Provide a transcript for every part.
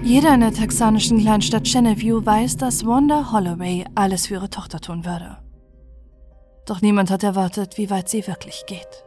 Jeder in der texanischen Kleinstadt Channelview weiß, dass Wanda Holloway alles für ihre Tochter tun würde. Doch niemand hat erwartet, wie weit sie wirklich geht.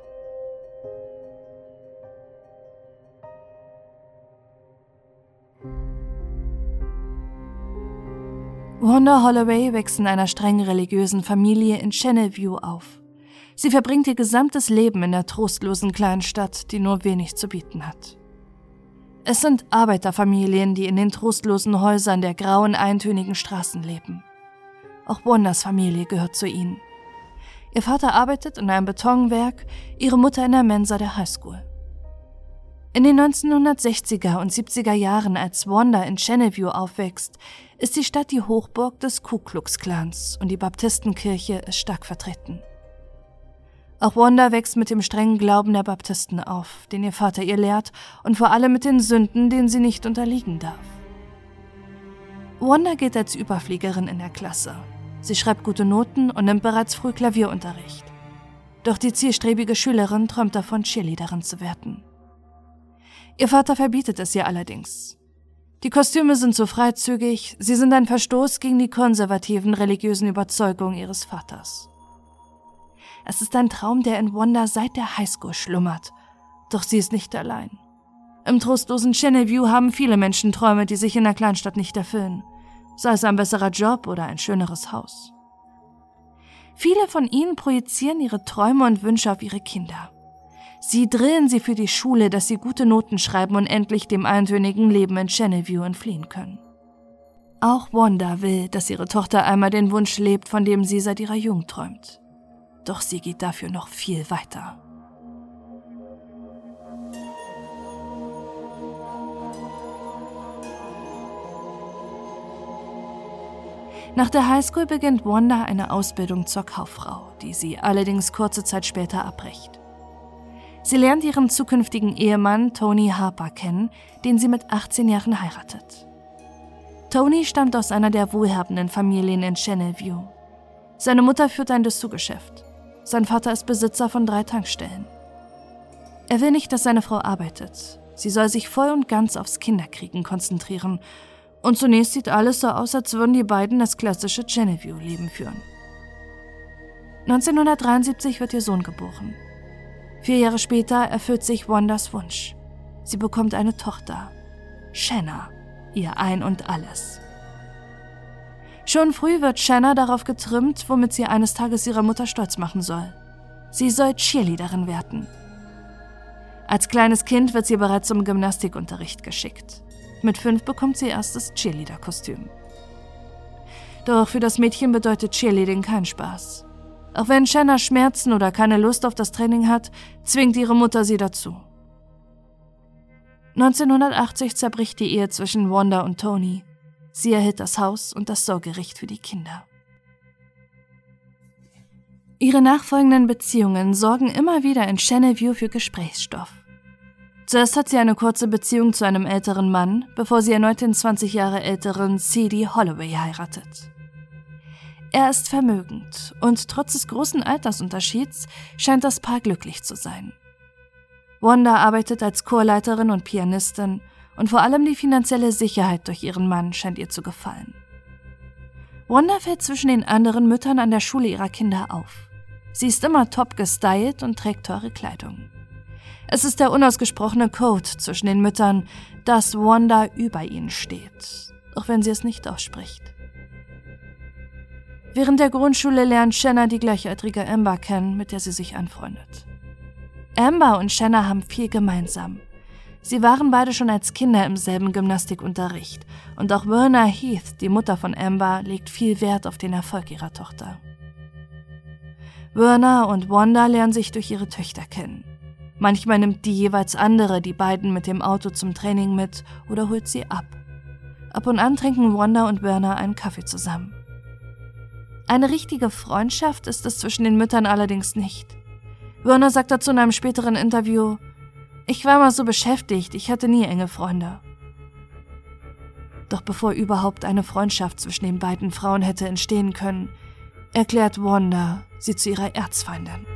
Wanda Holloway wächst in einer streng religiösen Familie in Channelview auf. Sie verbringt ihr gesamtes Leben in der trostlosen Kleinstadt, die nur wenig zu bieten hat. Es sind Arbeiterfamilien, die in den trostlosen Häusern der grauen, eintönigen Straßen leben. Auch Wandas Familie gehört zu ihnen. Ihr Vater arbeitet in einem Betonwerk, ihre Mutter in der Mensa der Highschool. In den 1960er und 70er Jahren, als Wanda in Channelview aufwächst, ist die Stadt die Hochburg des Ku Klux Klans und die Baptistenkirche ist stark vertreten. Auch Wanda wächst mit dem strengen Glauben der Baptisten auf, den ihr Vater ihr lehrt, und vor allem mit den Sünden, denen sie nicht unterliegen darf. Wanda geht als Überfliegerin in der Klasse. Sie schreibt gute Noten und nimmt bereits früh Klavierunterricht. Doch die zielstrebige Schülerin träumt davon, Cheerleaderin zu werden. Ihr Vater verbietet es ihr allerdings. Die Kostüme sind zu freizügig, sie sind ein Verstoß gegen die konservativen religiösen Überzeugungen ihres Vaters. Es ist ein Traum, der in Wanda seit der Highschool schlummert. Doch sie ist nicht allein. Im trostlosen Channelview haben viele Menschen Träume, die sich in der Kleinstadt nicht erfüllen. Sei es ein besserer Job oder ein schöneres Haus. Viele von ihnen projizieren ihre Träume und Wünsche auf ihre Kinder. Sie drillen sie für die Schule, dass sie gute Noten schreiben und endlich dem eintönigen Leben in Channelview entfliehen können. Auch Wanda will, dass ihre Tochter einmal den Wunsch lebt, von dem sie seit ihrer Jugend träumt. Doch sie geht dafür noch viel weiter. Nach der Highschool beginnt Wanda eine Ausbildung zur Kauffrau, die sie allerdings kurze Zeit später abbricht. Sie lernt ihren zukünftigen Ehemann Tony Harper kennen, den sie mit 18 Jahren heiratet. Tony stammt aus einer der wohlhabenden Familien in Channelview. Seine Mutter führt ein Dessous-Geschäft. Sein Vater ist Besitzer von 3 Tankstellen. Er will nicht, dass seine Frau arbeitet. Sie soll sich voll und ganz aufs Kinderkriegen konzentrieren. Und zunächst sieht alles so aus, als würden die beiden das klassische Channelview-Leben führen. 1973 wird ihr Sohn geboren. 4 Jahre später erfüllt sich Wandas Wunsch. Sie bekommt eine Tochter, Shanna, ihr Ein und Alles. Schon früh wird Shanna darauf getrimmt, womit sie eines Tages ihre Mutter stolz machen soll. Sie soll Cheerleaderin werden. Als kleines Kind wird sie bereits zum Gymnastikunterricht geschickt. Mit 5 bekommt sie erstes Cheerleader-Kostüm. Doch für das Mädchen bedeutet Cheerleading keinen Spaß. Auch wenn Shanna Schmerzen oder keine Lust auf das Training hat, zwingt ihre Mutter sie dazu. 1980 zerbricht die Ehe zwischen Wanda und Tony. Sie erhält das Haus und das Sorgerecht für die Kinder. Ihre nachfolgenden Beziehungen sorgen immer wieder in Channelview für Gesprächsstoff. Zuerst hat sie eine kurze Beziehung zu einem älteren Mann, bevor sie erneut den 20 Jahre älteren C.D. Holloway heiratet. Er ist vermögend und trotz des großen Altersunterschieds scheint das Paar glücklich zu sein. Wanda arbeitet als Chorleiterin und Pianistin und vor allem die finanzielle Sicherheit durch ihren Mann scheint ihr zu gefallen. Wanda fällt zwischen den anderen Müttern an der Schule ihrer Kinder auf. Sie ist immer top gestylt und trägt teure Kleidung. Es ist der unausgesprochene Code zwischen den Müttern, dass Wanda über ihnen steht, auch wenn sie es nicht ausspricht. Während der Grundschule lernt Shanna die gleichaltrige Amber kennen, mit der sie sich anfreundet. Amber und Shanna haben viel gemeinsam. Sie waren beide schon als Kinder im selben Gymnastikunterricht und auch Verna Heath, die Mutter von Amber, legt viel Wert auf den Erfolg ihrer Tochter. Verna und Wanda lernen sich durch ihre Töchter kennen. Manchmal nimmt die jeweils andere die beiden mit dem Auto zum Training mit oder holt sie ab. Ab und an trinken Wanda und Verna einen Kaffee zusammen. Eine richtige Freundschaft ist es zwischen den Müttern allerdings nicht. Verna sagt dazu in einem späteren Interview: „Ich war mal so beschäftigt, ich hatte nie enge Freunde." Doch bevor überhaupt eine Freundschaft zwischen den beiden Frauen hätte entstehen können, erklärt Wanda sie zu ihrer Erzfeindin.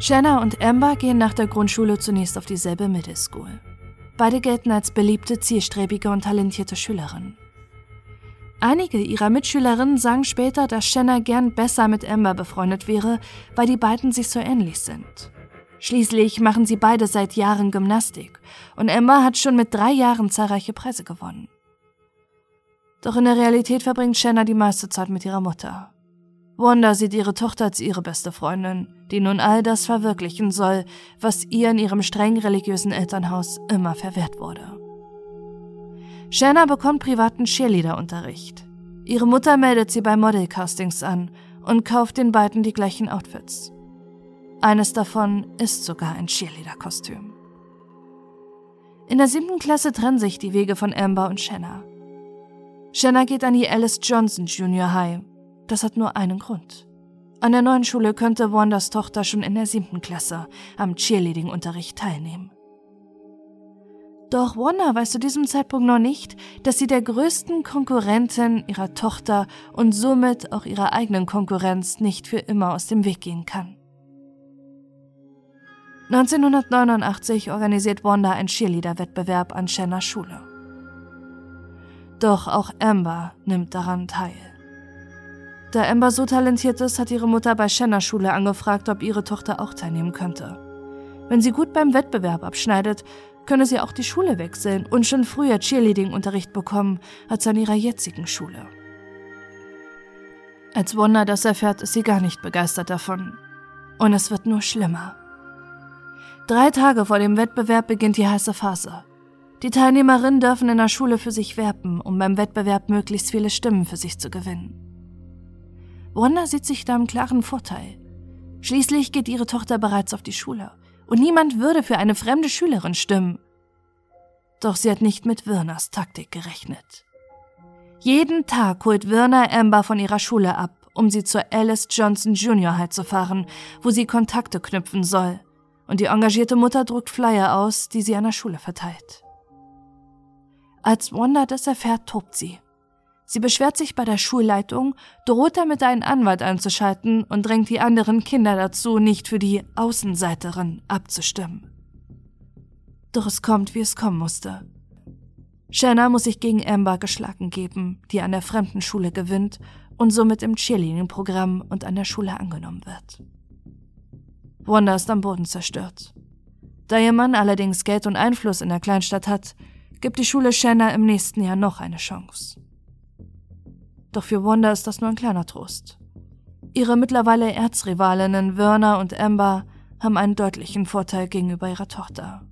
Shanna und Amber gehen nach der Grundschule zunächst auf dieselbe Middle School. Beide gelten als beliebte, zielstrebige und talentierte Schülerinnen. Einige ihrer Mitschülerinnen sagen später, dass Shanna gern besser mit Amber befreundet wäre, weil die beiden sich so ähnlich sind. Schließlich machen sie beide seit Jahren Gymnastik und Amber hat schon mit 3 Jahren zahlreiche Preise gewonnen. Doch in der Realität verbringt Shanna die meiste Zeit mit ihrer Mutter. Wanda sieht ihre Tochter als ihre beste Freundin, die nun all das verwirklichen soll, was ihr in ihrem streng religiösen Elternhaus immer verwehrt wurde. Shanna bekommt privaten Cheerleader-Unterricht. Ihre Mutter meldet sie bei Model-Castings an und kauft den beiden die gleichen Outfits. Eines davon ist sogar ein Cheerleader-Kostüm. In der 7. Klasse trennen sich die Wege von Amber und Shanna. Shanna geht an die Alice Johnson Junior High. Das hat nur einen Grund. An der neuen Schule könnte Wandas Tochter schon in der 7. Klasse am Cheerleading-Unterricht teilnehmen. Doch Wanda weiß zu diesem Zeitpunkt noch nicht, dass sie der größten Konkurrentin ihrer Tochter und somit auch ihrer eigenen Konkurrenz nicht für immer aus dem Weg gehen kann. 1989 organisiert Wanda einen Cheerleader-Wettbewerb an Shannas Schule. Doch auch Amber nimmt daran teil. Da Amber so talentiert ist, hat ihre Mutter bei Shannas Schule angefragt, ob ihre Tochter auch teilnehmen könnte. Wenn sie gut beim Wettbewerb abschneidet, könne sie auch die Schule wechseln und schon früher Cheerleading-Unterricht bekommen als an ihrer jetzigen Schule. Als Wanda das erfährt, ist sie gar nicht begeistert davon. Und es wird nur schlimmer. 3 Tage vor dem Wettbewerb beginnt die heiße Phase. Die Teilnehmerinnen dürfen in der Schule für sich werben, um beim Wettbewerb möglichst viele Stimmen für sich zu gewinnen. Wanda sieht sich da im klaren Vorteil. Schließlich geht ihre Tochter bereits auf die Schule und niemand würde für eine fremde Schülerin stimmen. Doch sie hat nicht mit Virnas Taktik gerechnet. Jeden Tag holt Virna Amber von ihrer Schule ab, um sie zur Alice Johnson Junior High zu fahren, wo sie Kontakte knüpfen soll. Und die engagierte Mutter druckt Flyer aus, die sie an der Schule verteilt. Als Wanda das erfährt, tobt sie. Sie beschwert sich bei der Schulleitung, droht damit einen Anwalt einzuschalten und drängt die anderen Kinder dazu, nicht für die Außenseiterin abzustimmen. Doch es kommt, wie es kommen musste. Shanna muss sich gegen Amber geschlagen geben, die an der fremden Schule gewinnt und somit im Cheerleading-Programm und an der Schule angenommen wird. Wanda ist am Boden zerstört. Da ihr Mann allerdings Geld und Einfluss in der Kleinstadt hat, gibt die Schule Shanna im nächsten Jahr noch eine Chance. Doch für Wanda ist das nur ein kleiner Trost. Ihre mittlerweile Erzrivalinnen Virna und Amber haben einen deutlichen Vorteil gegenüber ihrer Tochter.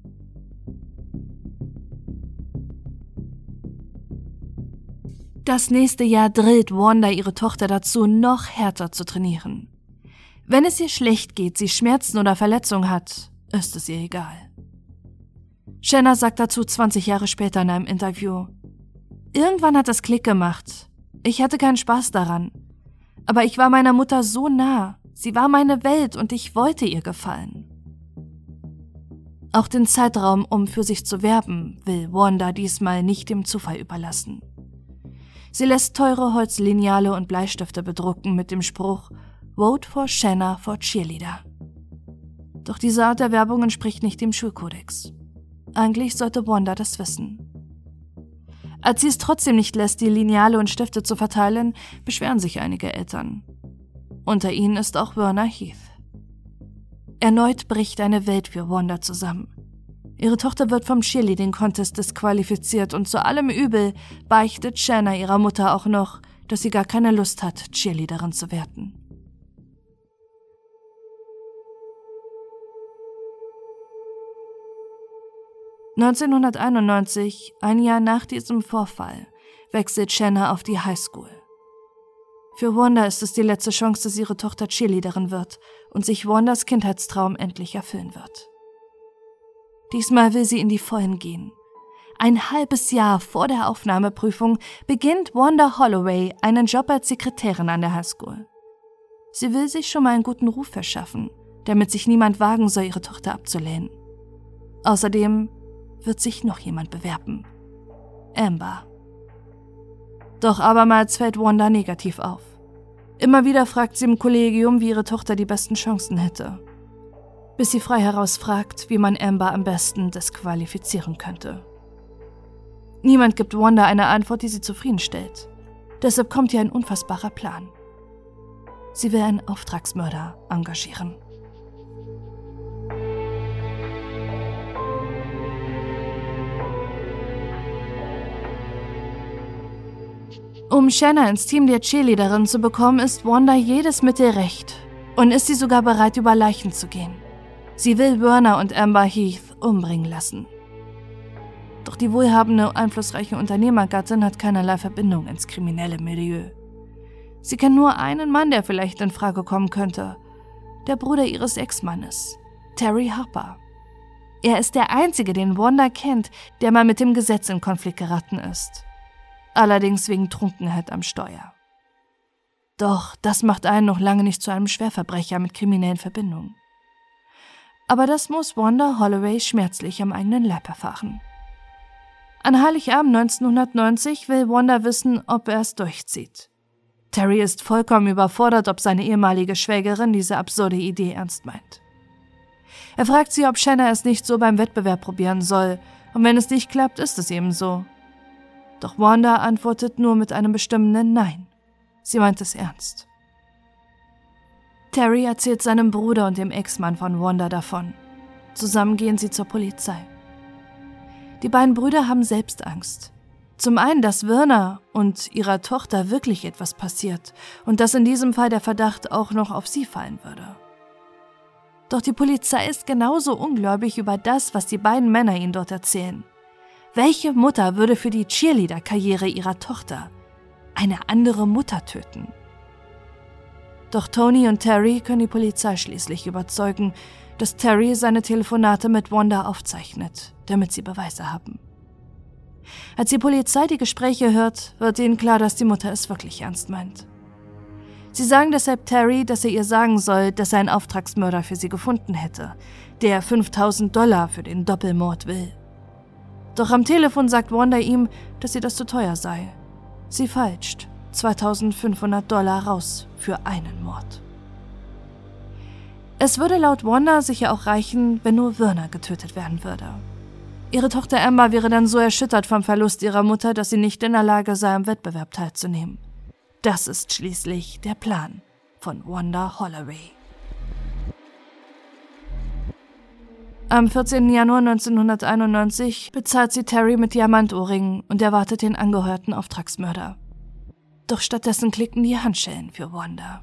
Das nächste Jahr drillt Wanda ihre Tochter dazu, noch härter zu trainieren. Wenn es ihr schlecht geht, sie Schmerzen oder Verletzungen hat, ist es ihr egal. Shanna sagt dazu 20 Jahre später in einem Interview: Irgendwann hat es Klick gemacht. Ich hatte keinen Spaß daran. Aber ich war meiner Mutter so nah. Sie war meine Welt und ich wollte ihr gefallen. Auch den Zeitraum, um für sich zu werben, will Wanda diesmal nicht dem Zufall überlassen. Sie lässt teure Holzlineale und Bleistifte bedrucken mit dem Spruch Vote for Shanna for Cheerleader. Doch diese Art der Werbung entspricht nicht dem Schulkodex. Eigentlich sollte Wanda das wissen. Als sie es trotzdem nicht lässt, die Lineale und Stifte zu verteilen, beschweren sich einige Eltern. Unter ihnen ist auch Virna Heath. Erneut bricht eine Welt für Wanda zusammen. Ihre Tochter wird vom Cheerleading-Contest disqualifiziert und zu allem Übel beichtet Shanna ihrer Mutter auch noch, dass sie gar keine Lust hat, Cheerleaderin zu werden. (1991), ein Jahr nach diesem Vorfall, wechselt Shanna auf die Highschool. Für Wanda ist es die letzte Chance, dass ihre Tochter Cheerleaderin wird und sich Wandas Kindheitstraum endlich erfüllen wird. Diesmal will sie in die Vollen gehen. Ein halbes Jahr vor der Aufnahmeprüfung beginnt Wanda Holloway einen Job als Sekretärin an der Highschool. Sie will sich schon mal einen guten Ruf verschaffen, damit sich niemand wagen soll, ihre Tochter abzulehnen. Außerdem wird sich noch jemand bewerben. Amber. Doch abermals fällt Wanda negativ auf. Immer wieder fragt sie im Kollegium, wie ihre Tochter die besten Chancen hätte. bis sie frei heraus fragt, wie man Amber am besten disqualifizieren könnte. Niemand gibt Wanda eine Antwort, die sie zufriedenstellt. Deshalb kommt ihr ein unfassbarer Plan. Sie will einen Auftragsmörder engagieren. Um Shanna ins Team der Cheerleaderin zu bekommen, ist Wanda jedes Mittel recht und ist sie sogar bereit, über Leichen zu gehen. Sie will Werner und Amber Heath umbringen lassen. Doch die wohlhabende, einflussreiche Unternehmergattin hat keinerlei Verbindung ins kriminelle Milieu. Sie kennt nur einen Mann, der vielleicht in Frage kommen könnte. Der Bruder ihres Ex-Mannes, Terry Harper. Er ist der einzige, den Wanda kennt, der mal mit dem Gesetz in Konflikt geraten ist. Allerdings wegen Trunkenheit am Steuer. Doch das macht einen noch lange nicht zu einem Schwerverbrecher mit kriminellen Verbindungen. Aber das muss Wanda Holloway schmerzlich am eigenen Leib erfahren. An Heiligabend 1990 will Wanda wissen, ob er es durchzieht. Terry ist vollkommen überfordert, ob seine ehemalige Schwägerin diese absurde Idee ernst meint. Er fragt sie, ob Shanna es nicht so beim Wettbewerb probieren soll, und wenn es nicht klappt, ist es eben so. Doch Wanda antwortet nur mit einem bestimmenden Nein. Sie meint es ernst. Terry erzählt seinem Bruder und dem Ex-Mann von Wanda davon. Zusammen gehen sie zur Polizei. Die beiden Brüder haben selbst Angst. Zum einen, dass Werner und ihrer Tochter wirklich etwas passiert und dass in diesem Fall der Verdacht auch noch auf sie fallen würde. Doch die Polizei ist genauso ungläubig über das, was die beiden Männer ihnen dort erzählen. Welche Mutter würde für die Cheerleader-Karriere ihrer Tochter eine andere Mutter töten? Doch Tony und Terry können die Polizei schließlich überzeugen, dass Terry seine Telefonate mit Wanda aufzeichnet, damit sie Beweise haben. Als die Polizei die Gespräche hört, wird ihnen klar, dass die Mutter es wirklich ernst meint. Sie sagen deshalb Terry, dass er ihr sagen soll, dass er einen Auftragsmörder für sie gefunden hätte, der $5.000 für den Doppelmord will. Doch am Telefon sagt Wanda ihm, dass ihr das zu teuer sei. Sie falscht $2.500 raus für einen Mord. Es würde laut Wanda sicher auch reichen, wenn nur Werner getötet werden würde. Ihre Tochter Amber wäre dann so erschüttert vom Verlust ihrer Mutter, dass sie nicht in der Lage sei, am Wettbewerb teilzunehmen. Das ist schließlich der Plan von Wanda Holloway. Am 14. Januar 1991 bezahlt sie Terry mit Diamantohrringen und erwartet den angehörten Auftragsmörder. Doch stattdessen klicken die Handschellen für Wanda.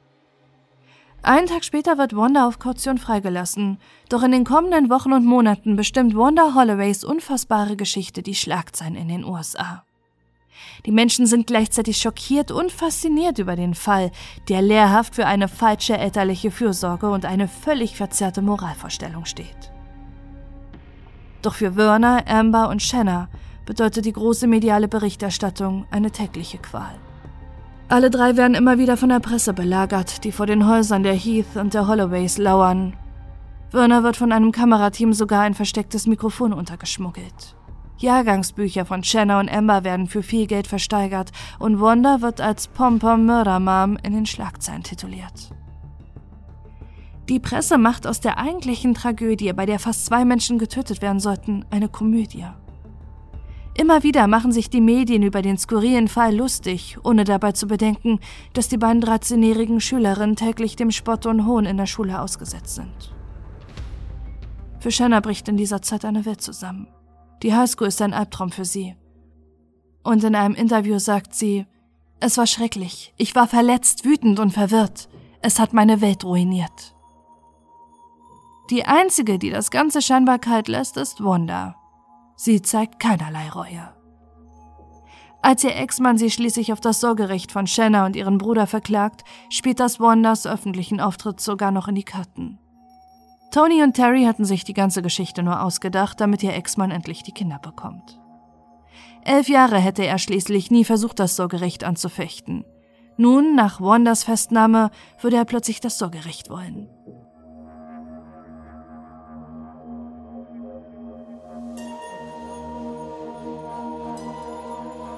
Einen Tag später wird Wanda auf Kaution freigelassen, doch in den kommenden Wochen und Monaten bestimmt Wanda Holloways unfassbare Geschichte die Schlagzeilen in den USA. Die Menschen sind gleichzeitig schockiert und fasziniert über den Fall, der lehrhaft für eine falsche elterliche Fürsorge und eine völlig verzerrte Moralvorstellung steht. Doch für Werner, Amber und Shanna bedeutet die große mediale Berichterstattung eine tägliche Qual. Alle drei werden immer wieder von der Presse belagert, die vor den Häusern der Heath und der Holloways lauern. Werner wird von einem Kamerateam sogar ein verstecktes Mikrofon untergeschmuggelt. Jahrgangsbücher von Shanna und Amber werden für viel Geld versteigert und Wanda wird als Pom-Pom-Mörder-Mom in den Schlagzeilen tituliert. Die Presse macht aus der eigentlichen Tragödie, bei der fast 2 Menschen getötet werden sollten, eine Komödie. Immer wieder machen sich die Medien über den skurrilen Fall lustig, ohne dabei zu bedenken, dass die beiden 13-jährigen Schülerinnen täglich dem Spott und Hohn in der Schule ausgesetzt sind. Für Shanna bricht in dieser Zeit eine Welt zusammen. Die Highschool ist ein Albtraum für sie. Und in einem Interview sagt sie, es war schrecklich, ich war verletzt, wütend und verwirrt. Es hat meine Welt ruiniert. Die einzige, die das Ganze scheinbar kalt lässt, ist Wanda. Sie zeigt keinerlei Reue. Als ihr Ex-Mann sie schließlich auf das Sorgerecht von Shanna und ihren Bruder verklagt, spielt das Wandas öffentlichen Auftritt sogar noch in die Karten. Tony und Terry hatten sich die ganze Geschichte nur ausgedacht, damit ihr Ex-Mann endlich die Kinder bekommt. 11 Jahre hätte er schließlich nie versucht, das Sorgerecht anzufechten. Nun, nach Wandas Festnahme, würde er plötzlich das Sorgerecht wollen.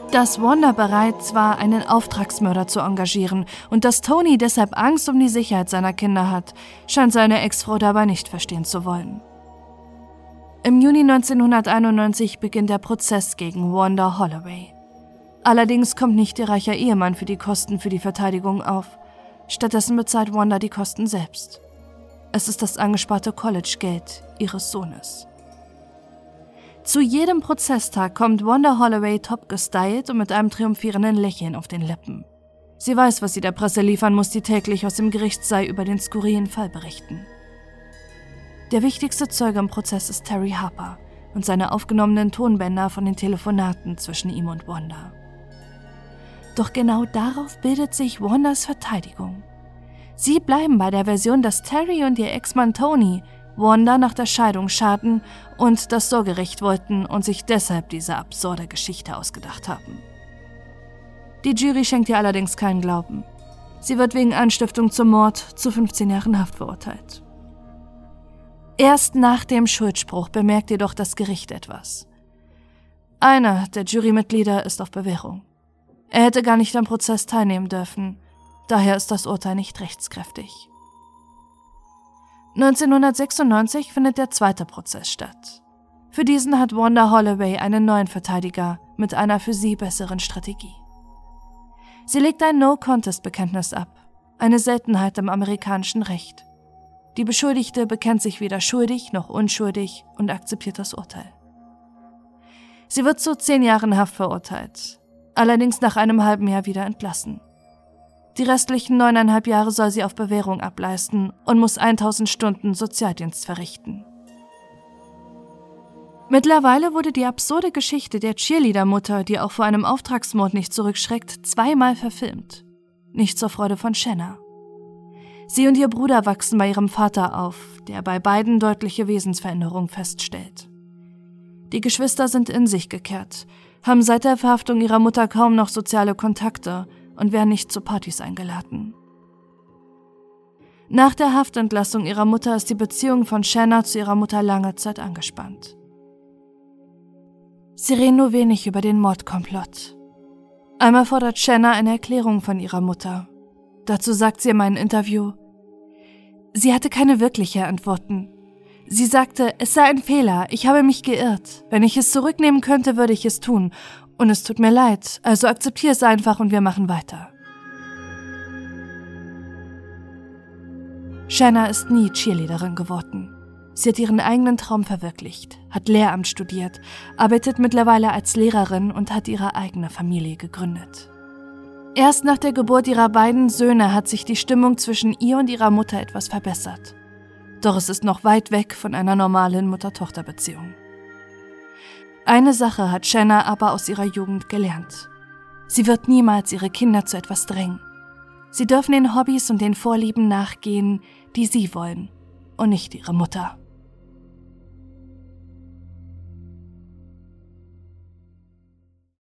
Dass Wanda bereit war, einen Auftragsmörder zu engagieren und dass Tony deshalb Angst um die Sicherheit seiner Kinder hat, scheint seine Ex-Frau dabei nicht verstehen zu wollen. Im Juni 1991 beginnt der Prozess gegen Wanda Holloway. Allerdings kommt nicht ihr reicher Ehemann für die Kosten für die Verteidigung auf. Stattdessen bezahlt Wanda die Kosten selbst. Es ist das angesparte College-Geld ihres Sohnes. Zu jedem Prozesstag kommt Wanda Holloway top gestylt und mit einem triumphierenden Lächeln auf den Lippen. Sie weiß, was sie der Presse liefern muss, die täglich aus dem Gerichtssaal über den skurrilen Fall berichten. Der wichtigste Zeuge im Prozess ist Terry Harper und seine aufgenommenen Tonbänder von den Telefonaten zwischen ihm und Wanda. Doch genau darauf bildet sich Wandas Verteidigung. Sie bleiben bei der Version, dass Terry und ihr Ex-Mann Tony Wanda nach der Scheidung schaden und das Sorgerecht wollten und sich deshalb diese absurde Geschichte ausgedacht haben. Die Jury schenkt ihr allerdings keinen Glauben. Sie wird wegen Anstiftung zum Mord zu 15 Jahren Haft verurteilt. Erst nach dem Schuldspruch bemerkt jedoch das Gericht etwas. Einer der Jurymitglieder ist auf Bewährung. Er hätte gar nicht am Prozess teilnehmen dürfen, daher ist das Urteil nicht rechtskräftig. 1996 findet der zweite Prozess statt. Für diesen hat Wanda Holloway einen neuen Verteidiger mit einer für sie besseren Strategie. Sie legt ein No-Contest-Bekenntnis ab, eine Seltenheit im amerikanischen Recht. Die Beschuldigte bekennt sich weder schuldig noch unschuldig und akzeptiert das Urteil. Sie wird zu 10 Jahren Haft verurteilt, allerdings nach einem halben Jahr wieder entlassen. Die restlichen 9,5 Jahre soll sie auf Bewährung ableisten und muss 1000 Stunden Sozialdienst verrichten. Mittlerweile wurde die absurde Geschichte der Cheerleader-Mutter, die auch vor einem Auftragsmord nicht zurückschreckt, 2-mal verfilmt. Nicht zur Freude von Shanna. Sie und ihr Bruder wachsen bei ihrem Vater auf, der bei beiden deutliche Wesensveränderungen feststellt. Die Geschwister sind in sich gekehrt, haben seit der Verhaftung ihrer Mutter kaum noch soziale Kontakte und werden nicht zu Partys eingeladen. Nach der Haftentlassung ihrer Mutter ist die Beziehung von Shanna zu ihrer Mutter lange Zeit angespannt. Sie reden nur wenig über den Mordkomplott. Einmal fordert Shanna eine Erklärung von ihrer Mutter. Dazu sagt sie in einem Interview, sie hatte keine wirkliche Antworten. Sie sagte, es sei ein Fehler, ich habe mich geirrt. Wenn ich es zurücknehmen könnte, würde ich es tun. Und es tut mir leid, also akzeptiere es einfach und wir machen weiter. Shanna ist nie Cheerleaderin geworden. Sie hat ihren eigenen Traum verwirklicht, hat Lehramt studiert, arbeitet mittlerweile als Lehrerin und hat ihre eigene Familie gegründet. Erst nach der Geburt ihrer beiden Söhne hat sich die Stimmung zwischen ihr und ihrer Mutter etwas verbessert. Doch es ist noch weit weg von einer normalen Mutter-Tochter-Beziehung. Eine Sache hat Shanna aber aus ihrer Jugend gelernt. Sie wird niemals ihre Kinder zu etwas drängen. Sie dürfen den Hobbys und den Vorlieben nachgehen, die sie wollen und nicht ihre Mutter.